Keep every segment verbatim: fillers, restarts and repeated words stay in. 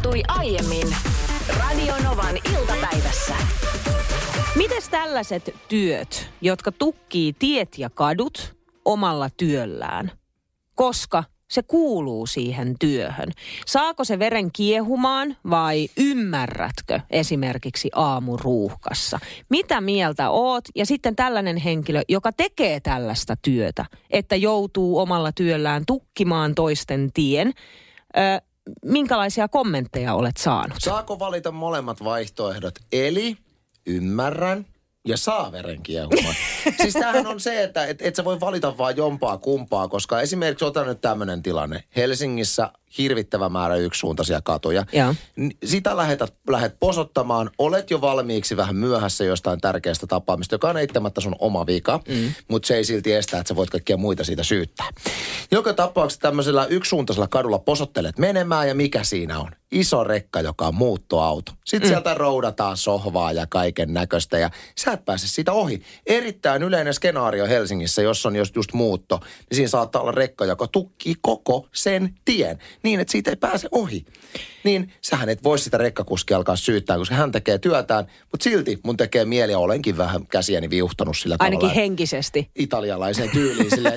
tapahtui aiemmin Radionovan iltapäivässä. Mites tällaiset työt, jotka tukkii tiet ja kadut omalla työllään, koska se kuuluu siihen työhön? Saako se veren kiehumaan vai ymmärrätkö esimerkiksi aamuruuhkassa? Mitä mieltä oot? Ja sitten tällainen henkilö, joka tekee tällaista työtä, että joutuu omalla työllään tukkimaan toisten tien. Ö, minkälaisia kommentteja olet saanut? Saako valita molemmat vaihtoehdot? Eli ymmärrän ja saa veren kiehumaan. Siis tämähän on se, että et, et sä voi valita vaan jompaa kumpaa, koska esimerkiksi otan nyt tämmöinen tilanne. Helsingissä hirvittävä määrä yksisuuntaisia katuja. Joo. Sitä lähetät, lähet posottamaan, olet jo valmiiksi vähän myöhässä jostain tärkeästä tapaamista, joka on eittämättä sun oma vika, mm. mutta se ei silti estä, että sä voit kaikkia muita siitä syyttää. Joka tapauksessa tämmöisellä yksisuuntaisella kadulla posottelet menemään ja mikä siinä on? Iso rekka, joka on muuttoauto. Sitten mm. sieltä roudataan sohvaa ja kaiken näköistä ja sä et pääse siitä ohi. Erittäin yleinen skenaario Helsingissä, jos on just, just muutto, niin siinä saattaa olla rekka, joka tukkii koko sen tien. Niin, että siitä ei pääse ohi. Niin sähän et voi sitä rekkakuskia alkaa syyttää, koska hän tekee työtään, mutta silti mun tekee mieli ja olenkin vähän käsiäni viuhtanut sillä tavalla. Ainakin henkisesti. Italialaiseen tyyliin silleen,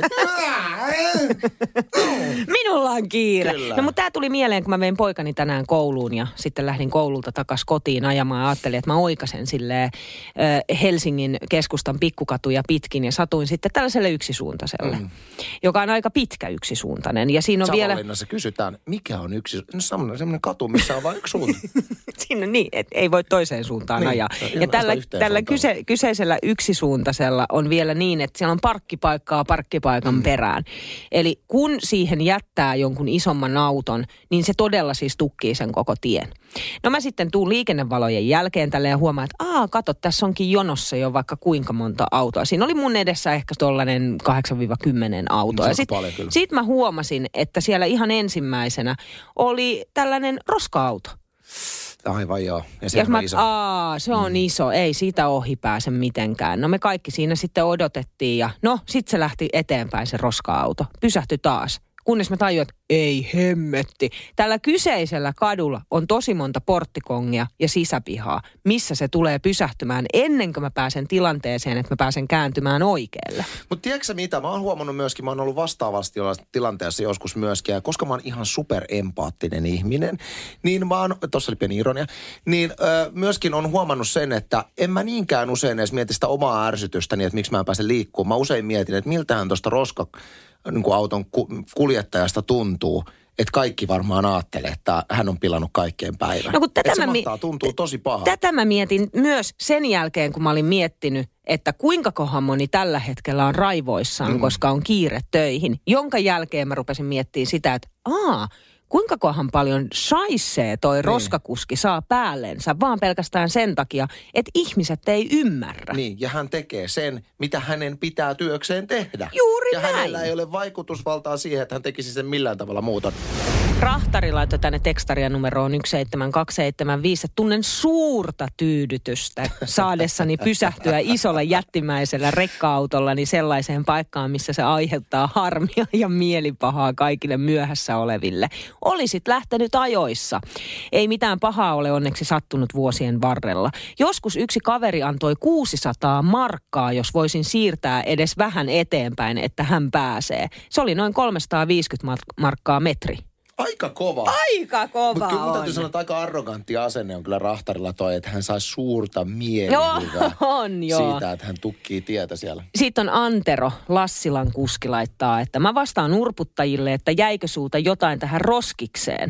minulla on kiire. Kyllä. No mutta tää tuli mieleen, kun mä vein poikani tänään kouluun ja sitten lähdin koululta takas kotiin ajamaan ja ajattelin, että mä oikasen silleen äh, Helsingin keskustan pikkukatuja pitkin ja satuin sitten tällaiselle yksisuuntaiselle, mm. joka on aika pitkä yksisuuntainen. Ja siinä on Savonlinnassa vielä kysytään, mikä on yksi, no semmoinen katu, missä on vain yksi suunta. Siinä on niin, että ei voi toiseen suuntaan niin, ajaa. Ja, ja tällä, tällä kyse, kyseisellä yksisuuntaisella on vielä niin, että siellä on parkkipaikkaa parkkipaikan mm. perään. Eli kun siihen jättää jonkun isomman auton, niin se todella siis tukkii sen koko tien. No mä sitten tuun liikennevalojen jälkeen tälle ja huomaan, että aah, kato, tässä onkin jonossa jo vaikka kuinka monta autoa. Siinä oli mun edessä ehkä tollainen kahdeksan kymmenen autoa. Ja sitten sit mä huomasin, että siellä ihan ensimmäisenä oli tällainen roska-auto. Aivan joo. Ja se ja on mä, iso. Aa, se on mm. iso. Ei siitä ohi pääse mitenkään. No me kaikki siinä sitten odotettiin ja no sit se lähti eteenpäin se roska-auto. Pysähtyi taas. Kunnes mä tajuin, että ei hemmetti. Tällä kyseisellä kadulla on tosi monta porttikongia ja sisäpihaa, missä se tulee pysähtymään ennen kuin mä pääsen tilanteeseen, että mä pääsen kääntymään oikealle. Mutta tiedätkö mitä? Mä oon huomannut myöskin, mä oon ollut vastaavasti tilanteessa joskus myöskin, ja koska mä oon ihan superempaattinen ihminen, niin mä oon, tossa oli pieni ironia, niin ö, myöskin on huomannut sen, että en mä niinkään usein edes mieti sitä omaa ärsytystäni, että miksi mä en pääse liikkumaan. Mä usein mietin, että miltähän tuosta roska niin kuin auton kuljettajasta tuntuu, että kaikki varmaan ajattelee, että hän on pilannut kaikkien päivän. No, tätä se mahtaa mi- tuntuu tosi paha. Tätä mä mietin myös sen jälkeen, kun mä olin miettinyt, että kuinka kohan moni tällä hetkellä on raivoissaan, mm. koska on kiire töihin. Jonka jälkeen mä rupesin miettimään sitä, että aah, kuinka kohan paljon saissee toi niin. roskakuski saa päällensä vaan pelkästään sen takia, että ihmiset ei ymmärrä. Niin, ja hän tekee sen, mitä hänen pitää työkseen tehdä. Juuri ja näin. Ja hänellä ei ole vaikutusvaltaa siihen, että hän tekisi sen millään tavalla muuta. Rahtari laittoi tänne tekstaria numeroon yksi seitsemän kaksi seitsemän viisi. Tunnen suurta tyydytystä saadessani pysähtyä isolla jättimäisellä rekka-autollani sellaiseen paikkaan, missä se aiheuttaa harmia ja mielipahaa kaikille myöhässä oleville. Olisit lähtenyt ajoissa. Ei mitään pahaa ole onneksi sattunut vuosien varrella. Joskus yksi kaveri antoi kuusisataa markkaa, jos voisin siirtää edes vähän eteenpäin, että hän pääsee. Se oli noin kolmesataaviisikymmentä markkaa metri. Aika kova. Aika kova Mutta kyllä mun on. täytyy sanoa, että aika arrogantti asenne on kyllä rahtarilla toi, että hän saa suurta mielihyvää on, joo. siitä, että hän tukkii tietä siellä. Sitten on Antero, Lassilan kuski laittaa, että mä vastaan urputtajille, että jäikö sulta jotain tähän roskikseen.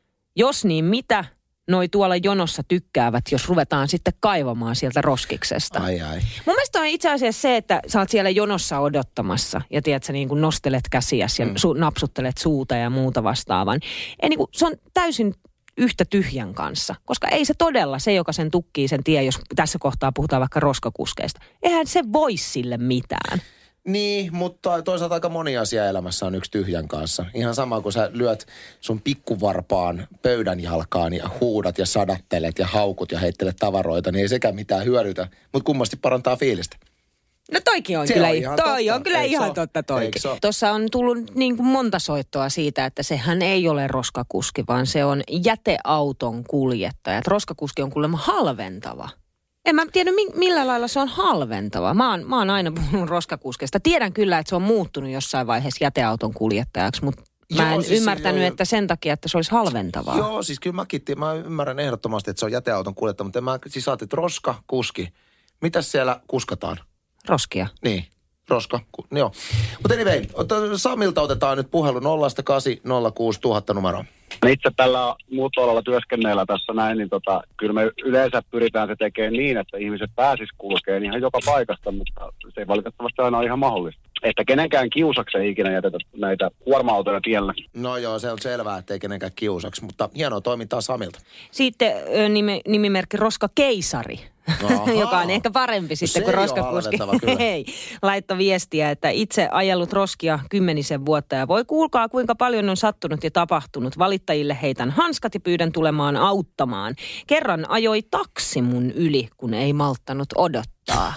Jos niin, mitä noi tuolla jonossa tykkäävät, jos ruvetaan sitten kaivamaan sieltä roskiksesta. Ai ai. Mun mielestä on itse asiassa se, että sä oot siellä jonossa odottamassa ja tiedät sä niin kuin nostelet käsiäsi ja mm. su- napsuttelet suuta ja muuta vastaavan. Ei niin kuin, se on täysin yhtä tyhjän kanssa, koska ei se todella se, joka sen tukkii sen tie, jos tässä kohtaa puhutaan vaikka roskakuskeista. Eihän se voi sille mitään. Niin, mutta toisaalta aika moni asia elämässä on yksi tyhjän kanssa. Ihan sama, kun sä lyöt sun pikkuvarpaan pöydän jalkaan ja huudat ja sadattelet ja haukut ja heittelet tavaroita, niin ei sekään mitään hyödytä, mutta kummasti parantaa fiilistä. No toikin on Se kyllä, on ihan toi totta. on kyllä Eikö ihan se totta toikin. Eikö se Tuossa on tullut niin kuin monta soittoa siitä, että sehän ei ole roskakuski, vaan se on jäteauton kuljettaja. Että roskakuski on kuulemma halventava. En mä tiedä, millä lailla se on halventava. Mä oon, mä oon aina puhunut roskakuskesta. Tiedän kyllä, että se on muuttunut jossain vaiheessa jäteauton kuljettajaksi, mutta mä en Joo, siis ymmärtänyt, jo, että sen takia, että se olisi halventavaa. Joo, siis kyllä mäkin, mä ymmärrän ehdottomasti, että se on jäteauton kuljettaja, mutta mä siis ajattelin, että roskakuski. Mitäs siellä kuskataan? Roskia. Niin, roska. Ku, joo. Mutta anyway, Samilta otetaan nyt puhelu nolla kahdeksan nolla kuusi nolla nolla nolla numeroon. Itse tällä muuttoalalla työskennellä tässä näin, niin tota, kyllä me yleensä pyritään se tekemään niin, että ihmiset pääsis kulkeen ihan joka paikasta, mutta se ei valitettavasti aina ole ihan mahdollista. Että kenenkään kiusaksi ei ikinä jätetä näitä kuorma-autoja tiellä. No joo, se on selvää, ettei kenenkään kiusaksi, mutta hienoa toimintaa Samilta. Sitten ö, nimi, nimimerkki Roska Keisari, joka on ehkä parempi sitten kuin roskakuski. Hei, laittoi viestiä, että itse ajellut roskia kymmenisen vuotta ja voi kuulkaa kuinka paljon on sattunut ja tapahtunut. Valittajille heitän hanskat ja pyydän tulemaan auttamaan. Kerran ajoi taksi mun yli, kun ei malttanut odottaa.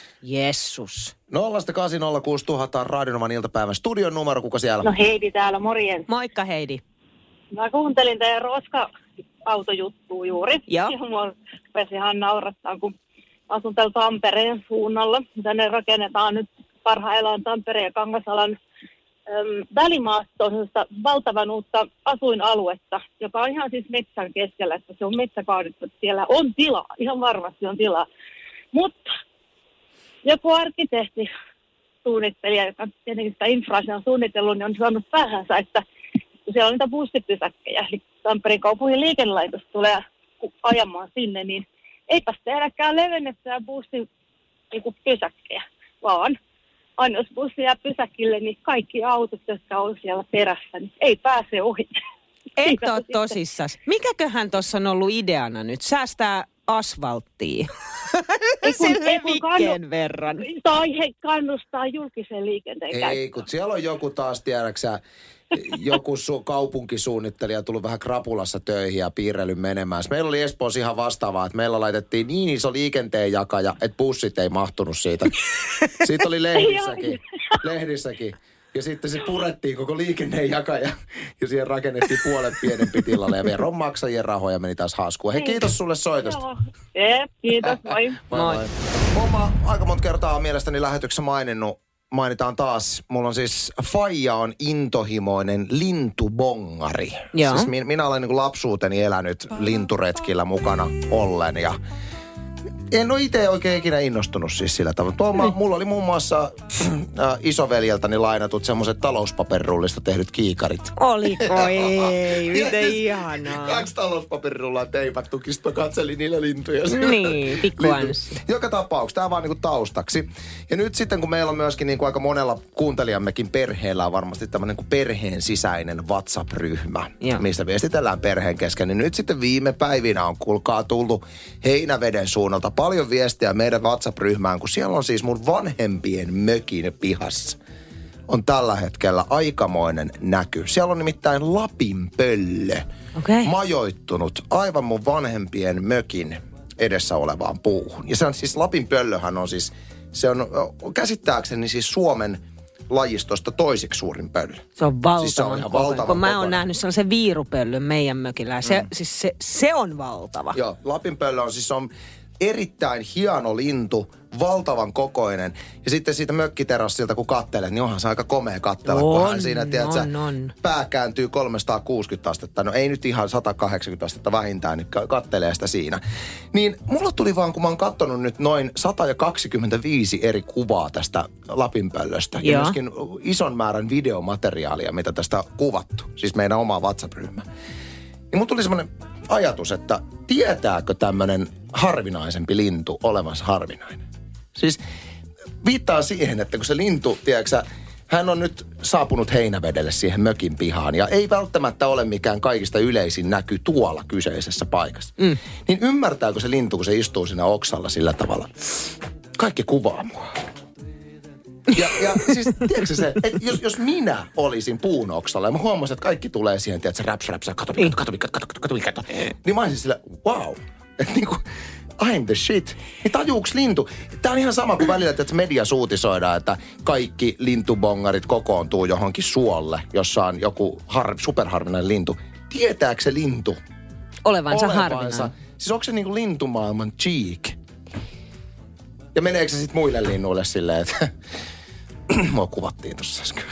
Jessus. nolla kahdeksan nolla kuusi nolla nolla nolla on Radionovan iltapäivän studion numero, kuka siellä? No Heidi täällä, morjens. Moikka Heidi. Mä kuuntelin teidän roska-autojuttua juuri. Joo. Ja mua rupesi ihan naurattaa, kun asun täällä Tampereen suunnalla. Tänne rakennetaan nyt parhaillaan Tampereen ja Kangasalan äm, välimaastoon valtavan uutta asuinaluetta, joka on ihan siis metsän keskellä, että se on metsäkaadettu, että siellä on tilaa, ihan varmasti on tilaa. Mutta joku arkkitehti, suunnittelija, joka tietenkin sitä infraa on suunnitellut, niin on saanut päähänsä, että kun siellä on niitä bussipysäkkejä, eli Tampereen kaupungin liikennelaitos tulee ajamaan sinne, niin eipäs tehdäkään levennettyä bussipysäkkejä, vaan aina jos bussi jää pysäkille, niin kaikki autot, jotka on siellä perässä, niin ei pääse ohi. Et ole tosissas. Mikäköhän tuossa on ollut ideana nyt? Säästää asfalttia. Sille vikkeen verran. Tai he kannustaa julkisen liikenteen Ei, käyttöön. kun siellä on joku taas, tiedäksä, joku su- kaupunkisuunnittelija tullut vähän krapulassa töihin ja piirrely menemään. Meillä oli Espoossa ihan vastaavaa, että meillä laitettiin niin iso liikenteenjakaja, että bussit ei mahtunut siitä. Siitä oli lehdissäkin. lehdissäkin. Ja sitten se purettiin koko liikennejakaja ja siihen rakennettiin puolen pienempi tilalle ja veronmaksajien rahoja meni taas haaskuun. Hei, kiitos sulle soitosta. Joo, Jep, kiitos, moi. Moi. Moi. Oma aika monta kertaa on mielestäni lähetyksessä maininnut, mainitaan taas, mulla on siis, faija on intohimoinen lintubongari. Joo. Siis minä, minä olen niin kuin lapsuuteni elänyt linturetkillä mukana ollen ja en ole itse oikein ikinä innostunut siis sillä tavalla. Tuoma, mulla oli muun muassa äh, isoveljeltäni lainatut semmoiset talouspaperirullista tehdyt kiikarit. Oliko? Ei, miten Yes. ihanaa. Kaksi talouspaperirullaa teipattu, sitten mä katselin niillä lintuja. Niin, pikkuanssi. Joka tapauksessa, tämä vaan niinku taustaksi. Ja nyt sitten, kun meillä on myöskin niinku aika monella kuuntelijammekin perheellä on varmasti tämmöinen kuin perheen sisäinen WhatsApp-ryhmä, Joo. missä viestitellään perheen kesken. Niin nyt sitten viime päivinä on, kuulkaa, tullut Heinäveden suunnalta paljon viestiä meidän WhatsApp-ryhmään, kun siellä on siis mun vanhempien mökin pihassa. On tällä hetkellä aikamoinen näky. Siellä on nimittäin lapinpöllö Okei. majoittunut aivan mun vanhempien mökin edessä olevaan puuhun. Ja se on siis, lapinpöllöhän on siis, se on käsittääkseni siis Suomen lajistosta toiseksi suurin pöllö. Se on valtavan Siis se on ihan kova. valtavan Kun mä oon kokoinen. nähnyt sellaisen viirupöllön meidän mökillä. Ja se, mm. siis se, se on valtava. Joo, lapinpöllö on siis on erittäin hieno lintu, valtavan kokoinen. Ja sitten siitä mökkiterassilta, kun katselet, niin onhan se aika komea katsella. On, kunhan siinä, tiedätkö, on, on. pää kääntyy kolmesataakuusikymmentä astetta. No ei nyt ihan sata kahdeksankymmentä astetta vähintään, niin ka- kattelee sitä siinä. Niin mulla tuli vaan, kun mä oon katsonut nyt noin sata kaksikymmentäviisi eri kuvaa tästä lapinpöllöstä. Ja Joo. myöskin ison määrän videomateriaalia, mitä tästä on kuvattu. Siis meidän oma WhatsApp-ryhmä. Niin mun tuli semmoinen ajatus, että tietääkö tämmöinen harvinaisempi lintu olevansa harvinainen? Siis viittaa siihen, että kun se lintu, tiedätkö, hän on nyt saapunut Heinävedelle siihen mökin pihaan ja ei välttämättä ole mikään kaikista yleisin näky tuolla kyseisessä paikassa. Mm. Niin ymmärtääkö se lintu, kun se istuu siinä oksalla sillä tavalla? Kaikki kuvaa mua. Ja, ja siis, tiedätkö se, että jos, jos minä olisin puun oksalla ja mä huomasin, että kaikki tulee siihen, tiedätkö, raps, raps, kato, kato, kato, kato, kato, kato, kato, niin mä olisin sillä, wow. Että niinku, I'm the shit. Niin tajuuks lintu? Tää on ihan sama kuin välillä, että mediassa uutisoidaan, että kaikki lintubongarit kokoontuu johonkin suolle, jossa on joku har- superharvinainen lintu. Tietääkö se lintu? Olevansa, Olevansa. harvinainen. Siis onko se niinku lintumaailman cheek? Ja meneekö se sitten muille linnuille silleen, että mua kuvattiin tuossa äsken.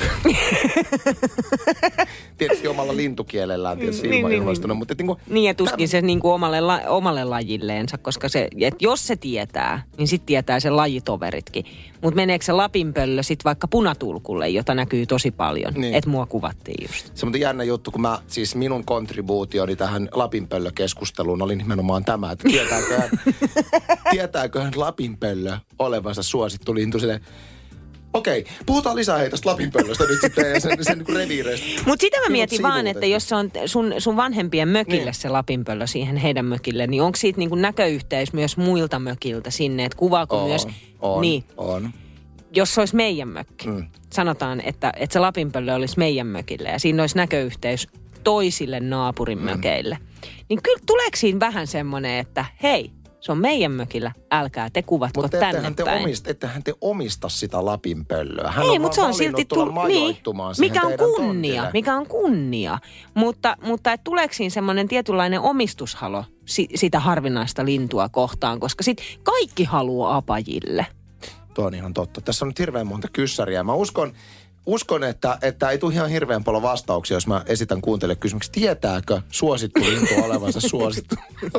Tietysti omalla lintukielellään, tietysti niin, ilman niin, ilmaistunut, niin. mutta et niinku... Niin ja tuskin se niinku omalle, la, omalle lajilleensa, koska se, et jos se tietää, niin sitten tietää se lajitoveritkin. Mutta meneekö se lapinpöllö sitten vaikka punatulkulle, jota näkyy tosi paljon, niin. Että mua kuvattiin just. Se on jännä juttu, kun mä, siis minun kontribuutioni tähän lapinpöllökeskusteluun oli nimenomaan tämä, että tietääköhän, tietääköhän lapinpöllö olevansa suosittu lintu silleen. Okei, puhutaan lisää hei tästä lapinpöllöstä nyt sitten ja sen, sen niin reviireistä. Mutta sitä mä mietin vaan, että jos se on sun, sun vanhempien mökille niin. Se lapinpöllö siihen heidän mökille, niin onko siitä niin kuin näköyhteys myös muilta mökiltä sinne, että kuvaako on, myös... On, niin, on. Jos se olisi meidän mökki, Mm. sanotaan, että, että se lapinpöllö olisi meidän mökille ja siinä olisi näköyhteys toisille naapurin mm. mökeille, niin kyllä tuleeko siinä vähän semmoinen, että hei, se on meidän mökillä, älkää te kuvatko mutta tänne te päin. Omist, ettehän te omista sitä lapinpöllöä. Hän Ei, on mutta se on silti tulla tu- niin, mikä on kunnia, tontille. mikä on kunnia. Mutta, mutta et tuleeko siinä semmoinen tietynlainen omistushalo si- sitä harvinaista lintua kohtaan, koska sit kaikki haluaa apajille. Tuo on ihan totta. Tässä on nyt hirveän monta kyssäriä. Mä uskon, uskon että, että ei tule ihan hirveän paljon vastauksia, jos mä esitän kuuntelijalle kysymyksiä. Tietääkö suosittu lintu olevansa suosittu?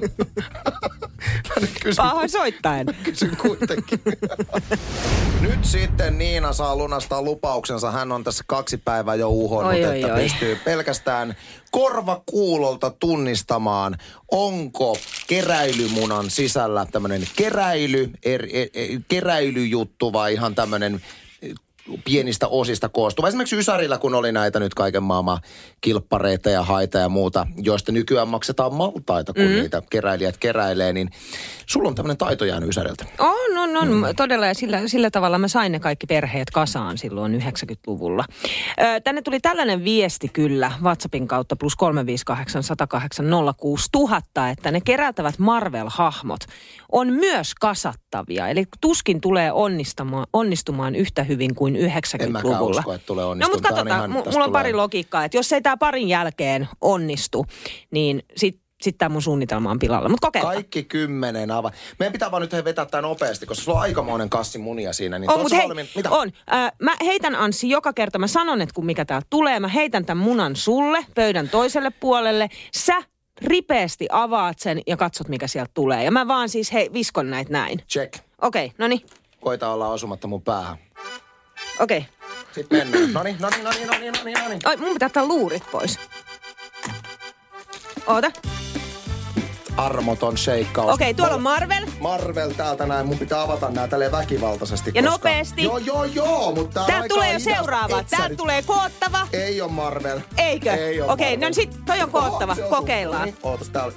Pahoin soittaen. Kysyn kuitenkin. Nyt sitten Niina saa lunastaa lupauksensa. Hän on tässä kaksi päivää jo uhonnut, oi, oi, että oi. pystyy pelkästään korvakuulolta tunnistamaan, onko keräilymunan sisällä tämmöinen keräily, er, er, er, keräilyjuttu vai ihan tämmöinen pienistä osista koostuva. Esimerkiksi Ysärillä, kun oli näitä nyt kaiken maailman kilppareita ja haita ja muuta, joista nykyään maksetaan maltaita, kun mm. niitä keräilijät keräilee, niin sulla on tämmöinen taito jäänyt Ysäriltä. On, on, on. Mm. Todella ja sillä, sillä tavalla mä sain ne kaikki perheet kasaan silloin yhdeksänkymmentäluvulla. Ö, tänne tuli tällainen viesti kyllä WhatsAppin kautta plus kolme viisi kahdeksan, yksi nolla kahdeksan, nolla kuusi tuhatta, että ne kerätävät Marvel-hahmot on myös kasattavia. Eli tuskin tulee onnistumaan, onnistumaan yhtä hyvin kuin yhdeksänkymmentäluvulla. En mäkään usko, että tulee onnistumaan. No mutta katsotaan, m- mulla on tulee... pari logiikkaa, että jos ei tämä parin jälkeen onnistu, niin sitten sit tämä mun suunnitelma on pilalla. Mutta kokeillaan. Kaikki kymmenen ava. Meidän pitää vaan nyt he vetää tämän nopeasti, koska sulla on aikamoinen kassi munia siinä. Niin on, mutta hei, valmiin... Mitä? on. Äh, mä heitän Anssi joka kerta, mä sanon, että kun mikä täältä tulee, mä heitän tämän munan sulle pöydän toiselle puolelle. Sä ripeästi avaat sen ja katsot, mikä sieltä tulee. Ja mä vaan siis hei, viskon näitä näin. Check. Okei, okay, no niin. Koita olla osumatta mun päähän. Okei. Okay. Sitten mennään. Noniin, noniin, noniin, noniin, noniin, noniin. Oi, mun pitää ottaa luurit pois. Oota. Armoton sheikkaus. Okei, okay, tuolla on Marvel. Marvel täältä näin. Mun pitää avata nää tälleen väkivaltaisesti. Ja koska... nopeasti. Joo, joo, joo, mutta Täältä tulee jo seuraava. Täältä nyt... tulee koottava. Ei oo Marvel. Eikö? Ei oo Okei, Marvel. no sit toi on koottava. Oho, kokeillaan. Niin, ootas täällä.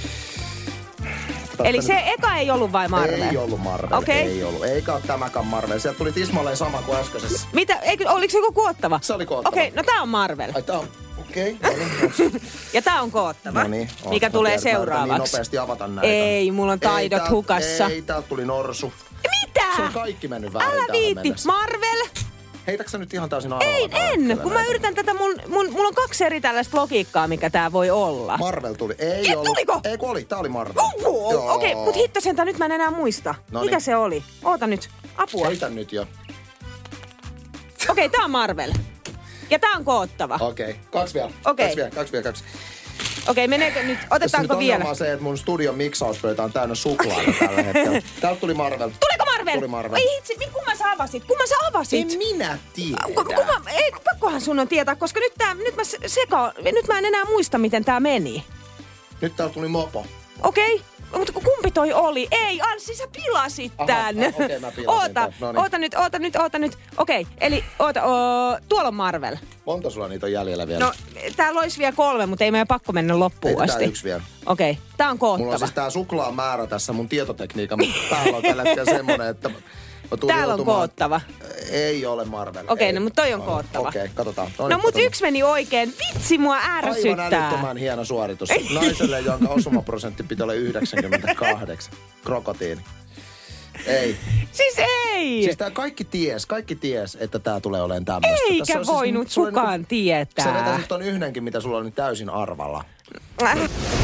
Eli se eka ei ollut vai Marvel? Ei ollut Marvel, okay. ei ollut. Eikä ole tämäkään Marvel. Sieltä tuli tismalleen sama kuin äskeisessä. Mitä? Eikö, oliko se joku koottava? Se oli koottava. Okei, okay, no tää on Marvel. Ai tää on, okei. Okay, no niin, ja tää on koottava. no niin, mikä tulee seuraavaksi. Niin nopeasti avata näitä. Ei, mulla on taidot ei, hukassa. Ei, täältä tuli norsu. Mitä? Se on kaikki mennyt väärin. Älä viitti. Marvel? Heitätkö sä nyt ihan täysin arvoa? Ei, en. Kun mä yritän tätä, mun, mun, mulla on kaksi eri tällaista logiikkaa, mikä tää voi olla. Marvel tuli. Ei Et ollut. tuliko? Ei kun oli. Tää oli Marvel. Oh, Okei, okay, mut hitto sentään, nyt mä en enää muista. Noniin. Mikä se oli? Oota nyt. Apua. Heitä nyt jo. Okei, okay, tää on Marvel. Ja tää on koottava. Okei, okay. kaksi vielä. Okei. Kaksi vielä, kaksi vielä, kaksi. Okei, okay, meneekö nyt? Tässä Otetaanko nyt vielä? on se, että mun studion miksauspöytä on täynnä suklaata tällä hetkellä. Täältä tuli Marvel. Tuliko Marvel? Tuli Marvel. Ei hitsi, kun mä sä avasit? Kun mä sä avasit? En minä tiedä. Ku, ku mä, ei, pakkohan sun on tietää, koska nyt, tää, nyt, mä seka, nyt mä en enää muista, miten tää meni. Nyt täällä tuli mopo. Okei, okay. Mutta kumpi toi oli? Ei, Anssi, sä pilasit tän. Aha, okei, mä pilasin oota, tän. Noniin. oota nyt, oota nyt, oota nyt. Okei, okay, eli oota, o, tuolla on Marvel. Monta sulla niitä on jäljellä vielä? No, täällä olisi vielä kolme, mutta ei meidän pakko mennä loppuun Heitetään asti. yksi vielä. Okei, okay, tää on koottava. Mulla on siis tää suklaan määrä tässä mun tietotekniikan päällä on tällä hetkellä semmonen, että Täällä on koottava. Ei ole Marvel. Okei, okay, no mutta toi on koottava. Okei, okay, katsotaan. No, no mut yksi meni oikein. Vitsi, mua ärsyttää. Aivan älyttömän hieno suoritus. Naiselle, jonka osumaprosentti pitää olla yhdeksänkymmentäkahdeksan. Krokotiini. Ei. Siis ei! Siis tää kaikki ties, kaikki ties, että tää tulee olemaan tämmöistä. Eikä voinut siis, kukaan niinku, tietää. Sä vetäisit ton yhdenkin, mitä sulla on nyt täysin arvalla. Äh.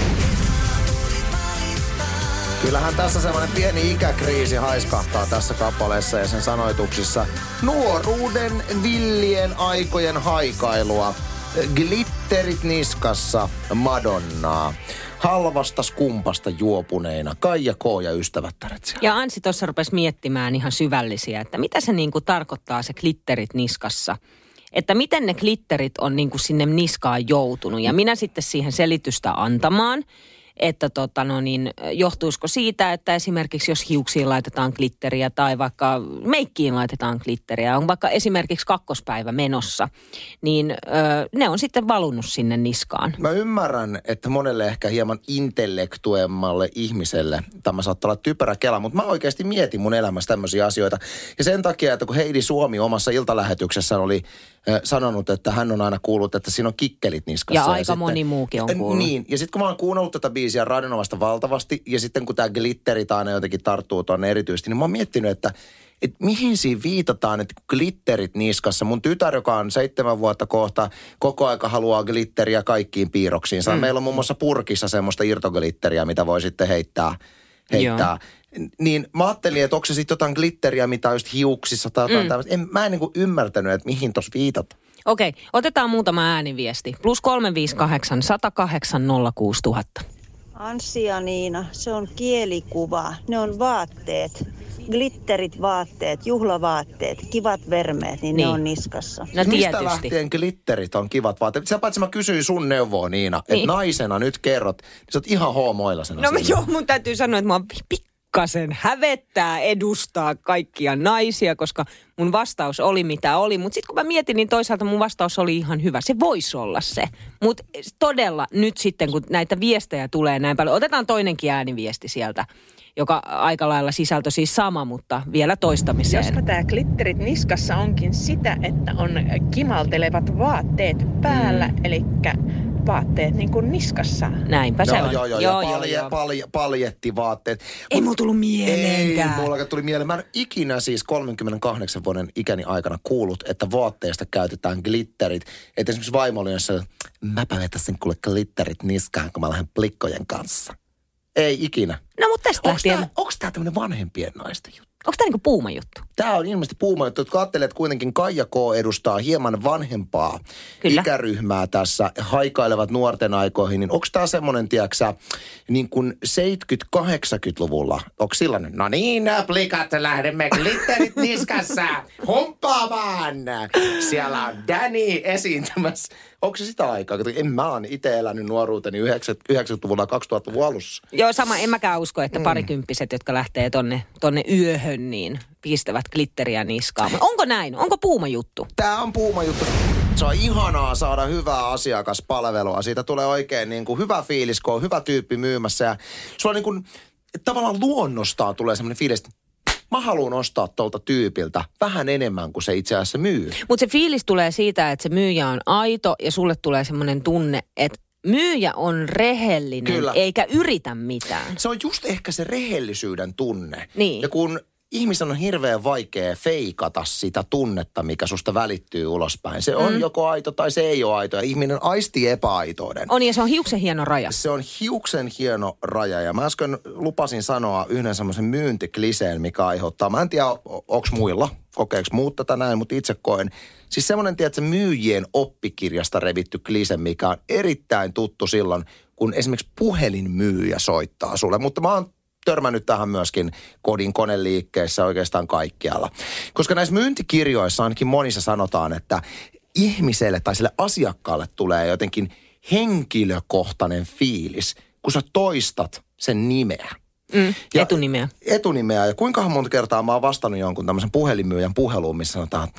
Kyllähän tässä semmoinen pieni ikäkriisi haiskahtaa tässä kappaleessa ja sen sanoituksissa. Nuoruuden villien aikojen haikailua. Glitterit niskassa, Madonnaa. Halvasta skumpasta juopuneina. Kaija K. ja ystävättäret siellä. Ja Ansi tuossa rupesi miettimään ihan syvällisiä, että mitä se niinku tarkoittaa se glitterit niskassa. Että miten ne glitterit on niinku sinne niskaan joutunut. Ja minä sitten siihen selitystä antamaan, että tota no niin, johtuisiko siitä, että esimerkiksi jos hiuksiin laitetaan glitteriä tai vaikka meikkiin laitetaan glitteriä, on vaikka esimerkiksi kakkospäivä menossa, niin ö, ne on sitten valunut sinne niskaan. Mä ymmärrän, että monelle ehkä hieman intellektuemmalle ihmiselle tämä saattaa olla typerä kela, mutta mä oikeasti mietin mun elämässä tämmöisiä asioita. Ja sen takia, että kun Heidi Suomi omassa iltalähetyksessään oli sanonut, että hän on aina kuullut, että siinä on kikkelit niskassa. Ja, ja aika sitten, moni muukin on kuullut. Niin, ja sitten kun mä oon kuunnellut tätä biisiä Radionovasta valtavasti, ja sitten kun tämä glitterit aina jotenkin tarttuu tuonne erityisesti, niin mä oon miettinyt, että et mihin siinä viitataan, että glitterit niskassa. Mun tytär, joka on seitsemän vuotta kohta, koko aika haluaa glitteriä kaikkiin piirroksiinsa. Mm. Meillä on muun muassa purkissa semmoista irtoglitteriä, mitä voi sitten heittää. heittää. Niin mä ajattelin, että onko se sitten jotain glitteriä, mitä on just hiuksissa tai jotain mm. tämmöistä. En, mä en niin kuin ymmärtänyt, että mihin tuossa viitata. Okei, otetaan muutama ääniviesti. Plus kolme viisi kahdeksan, sata kahdeksan, nolla kuusi tuhatta. Anssi ja Niina, se on kielikuva. Ne on vaatteet. Glitterit vaatteet, juhlavaatteet, kivat vermeet, niin, niin. ne on niskassa. No, mistä lähtien glitterit on kivat vaatteet? Sä paitsi mä kysyin sun neuvoa, Niina, niin. että naisena nyt kerrot, niin sä oot ihan hoomoilasena. No mä, joo, mun täytyy sanoa, että mä oon pikkasen hävettää edustaa kaikkia naisia, koska mun vastaus oli mitä oli. Mutta sitten kun mä mietin, niin toisaalta mun vastaus oli ihan hyvä. Se voisi olla se. Mutta todella nyt sitten, kun näitä viestejä tulee näin paljon, otetaan toinenkin ääniviesti sieltä, joka aika lailla sisältö siis sama, mutta vielä toistamiseen. Jospa tämä glitterit niskassa onkin sitä, että on kimaltelevat vaatteet päällä, mm. eli vaatteet niin kuin niskassa. Näinpä se joo, on. Joo, joo, joo, joo, palje, palje, paljettivaatteet. Ei mulla tullut mieleenkään. Ei, mulla tuli mieleen. Mä en ikinä siis kolmekymmentäkahdeksan vuoden ikäni aikana kuullut, että vaatteesta käytetään glitterit. Että esimerkiksi vaimo oli jossa, mäpä vetäisin kuule glitterit niskaan, kun mä lähden plikkojen kanssa. Ei ikinä. No mutta tästä lähtien. Onko tää tämmönen vanhempien naisten juttu? Onko tää niinku puuma juttu? Tää on ilmeisesti puuma juttu. Kun ajattelee, että kuitenkin Kaija K. edustaa hieman vanhempaa Kyllä. ikäryhmää tässä, haikailevat nuorten aikoihin, niin onko tää semmonen, tiiäksä, niin kuin seitsemänkymmentä-kahdeksankymmentäluvulla? Onko silloin, no niin, plikat, lähdemme glitterit niskassa humppaamaan. Siellä on Danny esiintymässä. Onko se sitä aikaa? En mä oon itse elänyt nuoruuteni yhdeksänkymmentäluvulla kaksituhattaluvun alussa. Joo, sama. En mäkään usko, että parikymppiset, jotka lähtee tonne, tonne yöhön, niin pistävät glitteriä niskaan. Onko näin? Onko puuma juttu? Tää on puuma juttu. Se on ihanaa saada hyvää asiakaspalvelua. Siitä tulee oikein niin kuin hyvä fiilis, kun on hyvä tyyppi myymässä. Ja sulla niin kuin tavallaan luonnostaan tulee semmoinen fiilis, että mä haluan ostaa tuolta tyypiltä vähän enemmän kuin se itse asiassa myy. Mutta se fiilis tulee siitä, että se myyjä on aito ja sulle tulee semmoinen tunne, että myyjä on rehellinen Kyllä. eikä yritä mitään. Se on just ehkä se rehellisyyden tunne. Niin. Ja kun ihmisen on hirveän vaikea feikata sitä tunnetta, mikä susta välittyy ulospäin. Se on mm. joko aito tai se ei ole aito. Ja ihminen aistii epäaitouden. On ja se on hiuksen hieno raja. Se on hiuksen hieno raja. Ja mä äsken lupasin sanoa yhden semmoisen myyntikliseen, mikä aiheuttaa. Mä en tiedä, onko muilla, kokeeko muut tätä näin, mutta itse koen. Siis semmoinen, tiedätkö, myyjien oppikirjasta revitty klise, mikä on erittäin tuttu silloin, kun esimerkiksi puhelinmyyjä soittaa sulle. Mutta mä oon törmännyt tähän myöskin kodin koneliikkeissä oikeastaan kaikkialla. Koska näissä myyntikirjoissa ainakin monissa sanotaan, että ihmiselle tai sille asiakkaalle tulee jotenkin henkilökohtainen fiilis, kun sä toistat sen nimeä. Mm, etunimeä. Etunimeä. Ja kuinkahan monta kertaa mä oon vastannut jonkun tämmöisen puhelinmyyjän puheluun, missä sanotaan,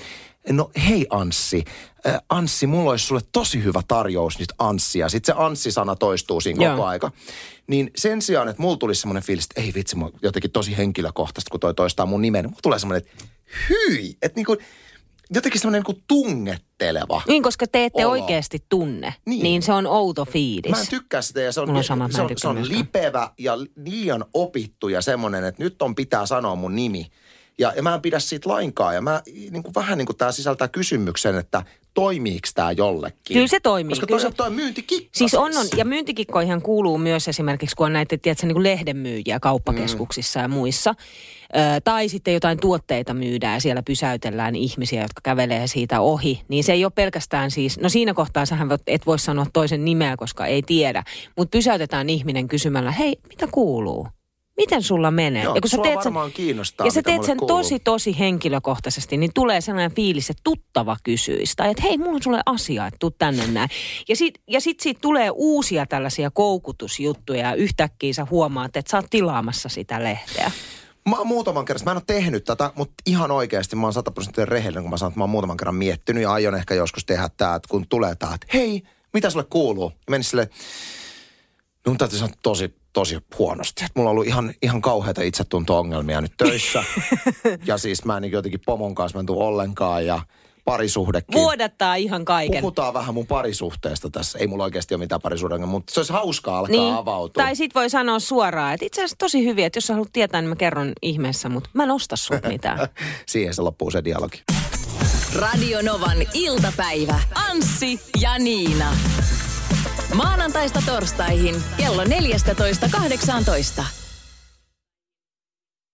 no hei Anssi, äh, Anssi, mulla olisi sulle tosi hyvä tarjous nyt Anssia. Sitten se Anssi-sana toistuu siinä Joo. koko aika. Niin sen sijaan, että mulla tulisi semmoinen fiilis, että ei vitsi, mä jotenkin tosi henkilökohtaista, kun toi toistaa mun nimen. Mulla tulee semmoinen, että hyi, että niinku, jotenkin semmoinen niinku tungetteleva. Niin, koska te ette olo. oikeasti tunne, Niin. niin se on outo fiilis. Mä en tykkää sitä ja se on, Mulla on sama, mä en se on, tykkää se on myöskään. lipevä ja liian opittu ja semmoinen, että nyt on pitää sanoa mun nimi. Ja, ja mä en pidä siitä lainkaan ja mä niin kuin, vähän niin kuin tää sisältää kysymyksen, että toimiiko tää jollekin? Kyllä se toimii. Koska Kyllä toi, se... toi on myyntikikka. Siis on, on, ja myyntikikkoihin kuuluu myös esimerkiksi, kun on näitä, tiedätkö, niin kuin lehdenmyyjiä kauppakeskuksissa mm. ja muissa. Ö, tai sitten jotain tuotteita myydään ja siellä pysäytellään ihmisiä, jotka kävelee siitä ohi. Niin se ei ole pelkästään siis, no siinä kohtaa sähän et voi sanoa toisen nimeä, koska ei tiedä. Mutta pysäytetään ihminen kysymällä, hei, mitä kuuluu? Miten sulla menee? Joo, ja kun sä sua teet varmaan sen, kiinnostaa, ja sä mitä teet mulle sen kuuluu. tosi, tosi henkilökohtaisesti, niin tulee sellainen fiilis, että tuttava kysyisi. Tai että hei, mulla on sulle asia, että tuu tänne näin. Ja sit, ja sit siitä tulee uusia tällaisia koukutusjuttuja ja yhtäkkiä sä huomaat, että sä oot tilaamassa sitä lehteä. Mä oon muutaman kerran, mä en ole tehnyt tätä, mutta ihan oikeasti mä oon sata prosenttia rehellinen, kun mä sanon, että mä oon muutaman kerran miettinyt ja aion ehkä joskus tehdä tää, että kun tulee tää, että hei, mitä sulle kuuluu? Ja menin silleen, no mun täytyy sanoa tosi, tosi huonosti. Mulla on ollut ihan, ihan kauheita itsetunto-ongelmia nyt töissä. Ja siis mä en niin jotenkin pomon kanssa menty ollenkaan ja parisuhdekin. Vuodattaa ihan kaiken. Puhutaan vähän mun parisuhteesta tässä. Ei mulla oikeasti ole mitään parisuhdeongelmia, mutta se olisi hauskaa alkaa Niin. avautua. Tai sit voi sanoa suoraan, että itse asiassa tosi hyviä, että jos sä haluat tietää, niin mä kerron ihmeessä, mutta mä en osta sut mitään. Siihen se loppuu se dialogi. Radio Novan iltapäivä. Anssi ja Niina. Maanantaista torstaihin kello neljätoista kahdeksantoista.